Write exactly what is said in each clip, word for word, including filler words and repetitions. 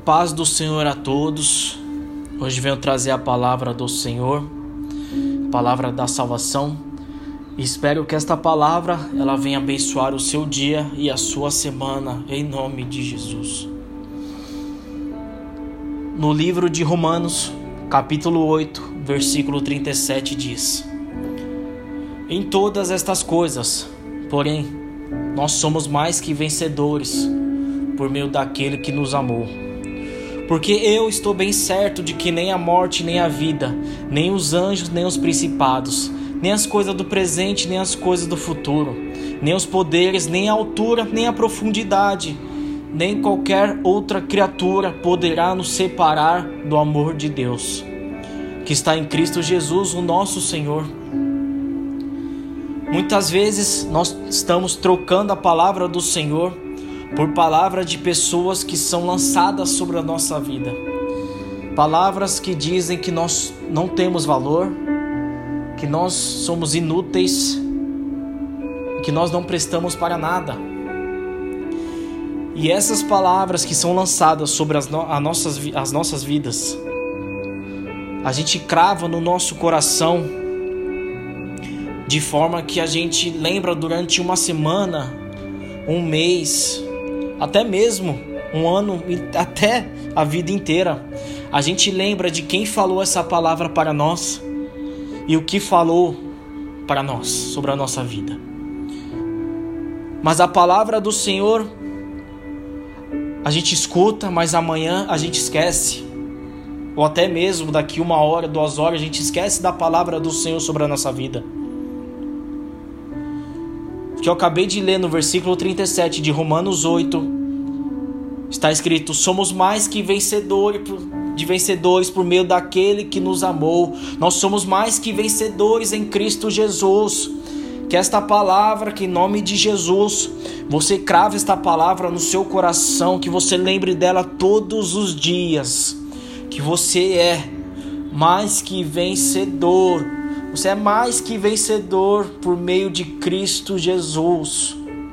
paz do Senhor a todos. Hoje venho trazer a palavra do Senhor, a palavra da salvação. E espero que esta palavra ela venha abençoar o seu dia e a sua semana, em nome de Jesus. No livro de Romanos, capítulo oito, versículo trinta e sete diz: Em todas estas coisas, porém, nós somos mais que vencedores por meio daquele que nos amou. Porque eu estou bem certo de que nem a morte, nem a vida, nem os anjos, nem os principados, nem as coisas do presente, nem as coisas do futuro, nem os poderes, nem a altura, nem a profundidade, nem qualquer outra criatura poderá nos separar do amor de Deus, que está em Cristo Jesus, o nosso Senhor. Muitas vezes nós estamos trocando a palavra do Senhor por palavras de pessoas que são lançadas sobre a nossa vida. Palavras que dizem que nós não temos valor, que nós somos inúteis, que nós não prestamos para nada. E essas palavras que são lançadas sobre as, no- as, nossas, as nossas vidas, a gente crava no nosso coração, de forma que a gente lembra durante uma semana, um mês, até mesmo um ano, até a vida inteira. A gente lembra de quem falou essa palavra para nós e o que falou para nós sobre a nossa vida. Mas a palavra do Senhor a gente escuta, mas amanhã a gente esquece. Ou até mesmo daqui uma hora, duas horas, a gente esquece da palavra do Senhor sobre a nossa vida. Que eu acabei de ler no versículo trinta e sete de Romanos oito, está escrito: somos mais que vencedores, de vencedores por meio daquele que nos amou. Nós somos mais que vencedores em Cristo Jesus. Que esta palavra, que em nome de Jesus, você crave esta palavra no seu coração, que você lembre dela todos os dias, que você é mais que vencedor. Você é mais que vencedor por meio de Cristo Jesus.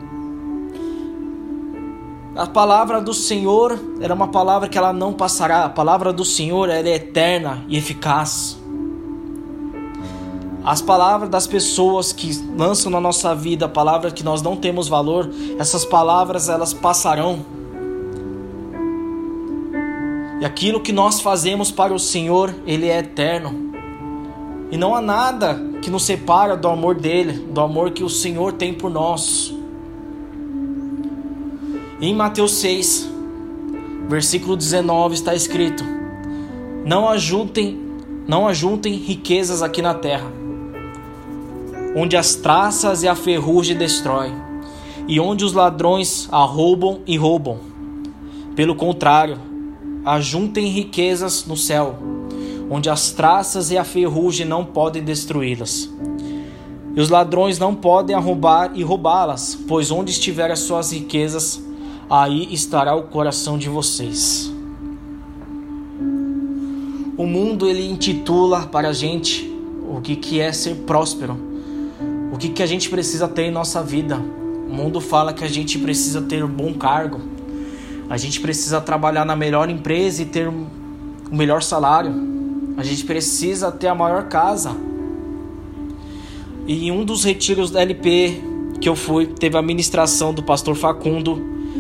A palavra do Senhor era uma palavra que ela não passará. A palavra do Senhor ela é eterna e eficaz. As palavras das pessoas que lançam na nossa vida, palavras que nós não temos valor, essas palavras elas passarão. E aquilo que nós fazemos para o Senhor, Ele é eterno. E não há nada que nos separa do amor dele, do amor que o Senhor tem por nós. Em Mateus seis, versículo dezenove está escrito: Não ajuntem, não ajuntem riquezas aqui na terra, onde as traças e a ferrugem destroem, e onde os ladrões arrombam e roubam. Pelo contrário, ajuntem riquezas no céu, onde as traças e a ferrugem não podem destruí-las, e os ladrões não podem arrombar e roubá-las, pois onde estiver as suas riquezas, aí estará o coração de vocês. O mundo ele intitula para a gente o que, que é ser próspero, o que, que a gente precisa ter em nossa vida. O mundo fala que a gente precisa ter um bom cargo, a gente precisa trabalhar na melhor empresa e ter o melhor salário. A gente precisa ter a maior casa. E em um dos retiros da L P que eu fui, teve a ministração do pastor Facundo.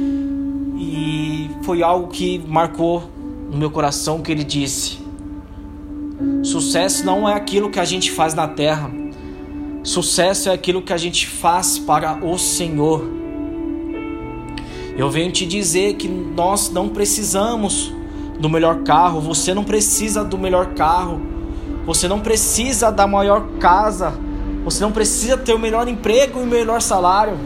E foi algo que marcou no meu coração, que ele disse: sucesso não é aquilo que a gente faz na terra. Sucesso é aquilo que a gente faz para o Senhor. Eu venho te dizer que nós não precisamos do melhor carro, você não precisa do melhor carro, você não precisa da maior casa, você não precisa ter o melhor emprego e o melhor salário.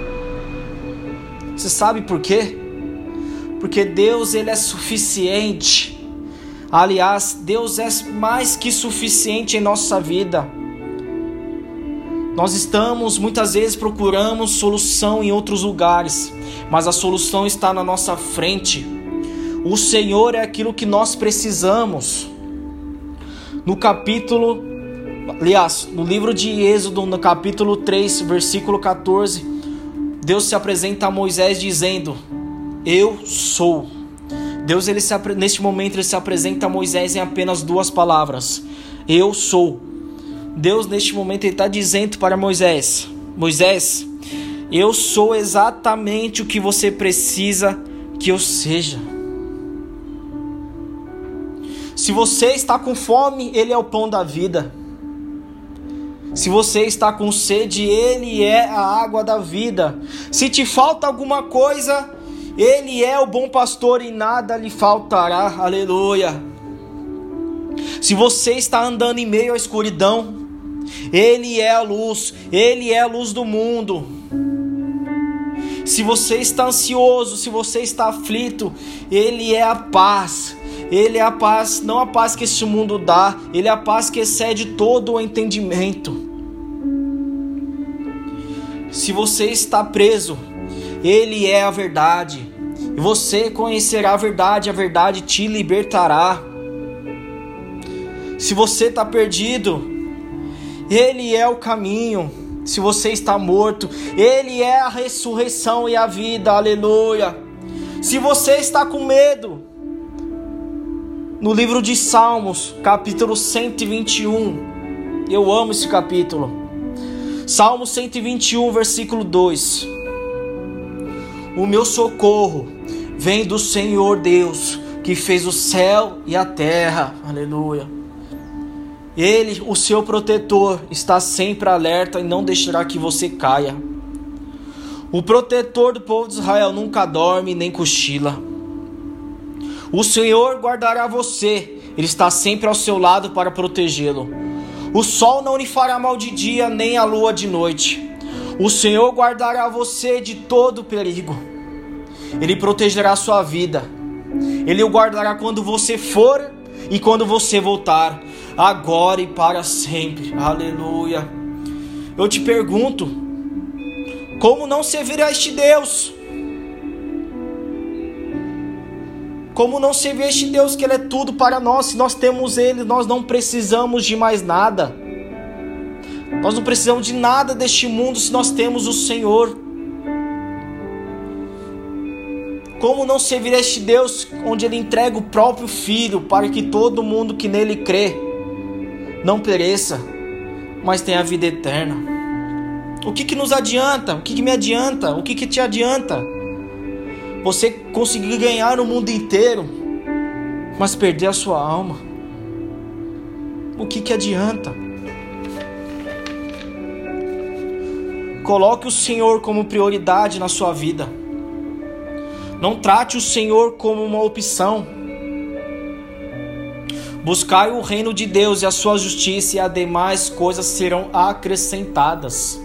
Você sabe por quê? Porque Deus ele é suficiente. Aliás, Deus é mais que suficiente em nossa vida. Nós estamos, muitas vezes procuramos solução em outros lugares, mas a solução está na nossa frente. O Senhor é aquilo que nós precisamos. No capítulo, aliás, no livro de Êxodo, no capítulo três, versículo catorze, Deus se apresenta a Moisés dizendo: Eu sou. Deus, ele se, neste momento, ele se apresenta a Moisés em apenas duas palavras: eu sou. Deus, neste momento, ele está dizendo para Moisés: Moisés, eu sou exatamente o que você precisa que eu seja. Se você está com fome, Ele é o pão da vida. Se você está com sede, Ele é a água da vida. Se te falta alguma coisa, Ele é o bom pastor e nada lhe faltará. Aleluia. Se você está andando em meio à escuridão, Ele é a luz. Ele é a luz do mundo. Se você está ansioso, se você está aflito, Ele é a paz. Ele é a paz, não a paz que este mundo dá. Ele é a paz que excede todo o entendimento. Se você está preso, Ele é a verdade. E você conhecerá a verdade, a verdade te libertará. Se você está perdido, Ele é o caminho. Se você está morto, Ele é a ressurreição e a vida. Aleluia. Se você está com medo, no livro de Salmos, capítulo cento e vinte e um, eu amo esse capítulo. Salmo cento e vinte e um, versículo dois. O meu socorro vem do Senhor Deus, que fez o céu e a terra. Aleluia. Ele, o seu protetor, está sempre alerta e não deixará que você caia. O protetor do povo de Israel nunca dorme nem cochila. O Senhor guardará você, Ele está sempre ao seu lado para protegê-lo. O sol não lhe fará mal de dia, nem a lua de noite. O Senhor guardará você de todo perigo. Ele protegerá a sua vida. Ele o guardará quando você for e quando você voltar, agora e para sempre. Aleluia. Eu te pergunto, como não servir a este Deus? Como não servir a este Deus, que Ele é tudo para nós? Se nós temos Ele, nós não precisamos de mais nada. Nós não precisamos de nada deste mundo se nós temos o Senhor. Como não servir a este Deus, onde Ele entrega o próprio Filho, para que todo mundo que nele crê não pereça, mas tenha a vida eterna? O que que nos adianta? O que que me adianta? O que que te adianta? Você conseguir ganhar o mundo inteiro, mas perder a sua alma. O que que adianta? Coloque o Senhor como prioridade na sua vida. Não trate o Senhor como uma opção. Buscai o reino de Deus e a sua justiça, e as demais coisas serão acrescentadas.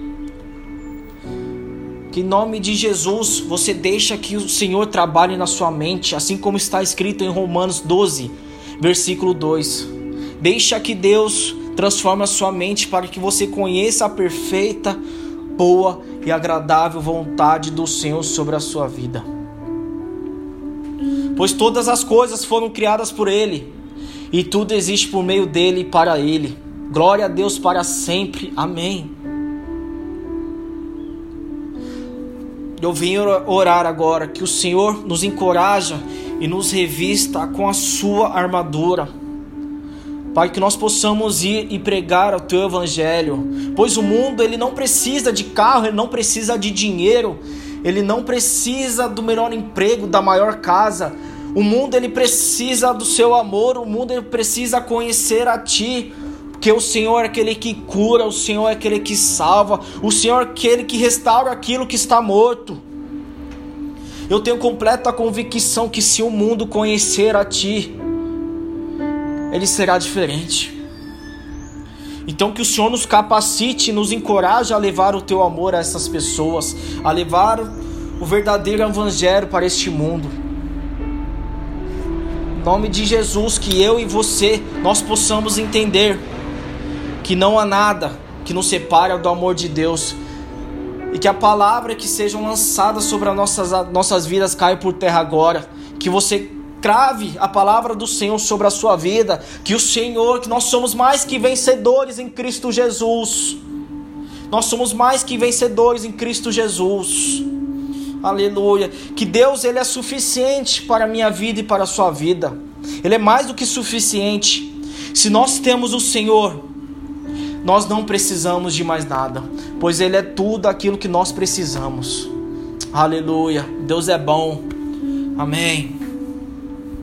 Que em nome de Jesus você deixa que o Senhor trabalhe na sua mente, assim como está escrito em Romanos doze, versículo dois. Deixa que Deus transforme a sua mente para que você conheça a perfeita, boa e agradável vontade do Senhor sobre a sua vida. Pois todas as coisas foram criadas por Ele, e tudo existe por meio dEle e para Ele. Glória a Deus para sempre. Amém. Eu vim orar agora que o Senhor nos encoraja e nos revista com a sua armadura, para que nós possamos ir e pregar o teu evangelho. Pois o mundo, ele não precisa de carro, ele não precisa de dinheiro, ele não precisa do melhor emprego, da maior casa. O mundo, ele precisa do seu amor, o mundo, ele precisa conhecer a ti. Porque o Senhor é aquele que cura, o Senhor é aquele que salva, o Senhor é aquele que restaura aquilo que está morto. Eu tenho completa convicção que se o mundo conhecer a Ti, ele será diferente. Então que o Senhor nos capacite, nos encoraje a levar o Teu amor a essas pessoas, a levar o verdadeiro evangelho para este mundo. Em nome de Jesus, que eu e você, nós possamos entender que não há nada que nos separe do amor de Deus, e que a palavra que sejam lançadas sobre as nossas, nossas vidas caia por terra agora. Que você crave a palavra do Senhor sobre a sua vida, que o Senhor, que nós somos mais que vencedores em Cristo Jesus. Nós somos mais que vencedores em Cristo Jesus. Aleluia. Que Deus, Ele é suficiente para a minha vida e para a sua vida. Ele é mais do que suficiente. Se nós temos o Senhor, nós não precisamos de mais nada, pois Ele é tudo aquilo que nós precisamos. Aleluia. Deus é bom. Amém.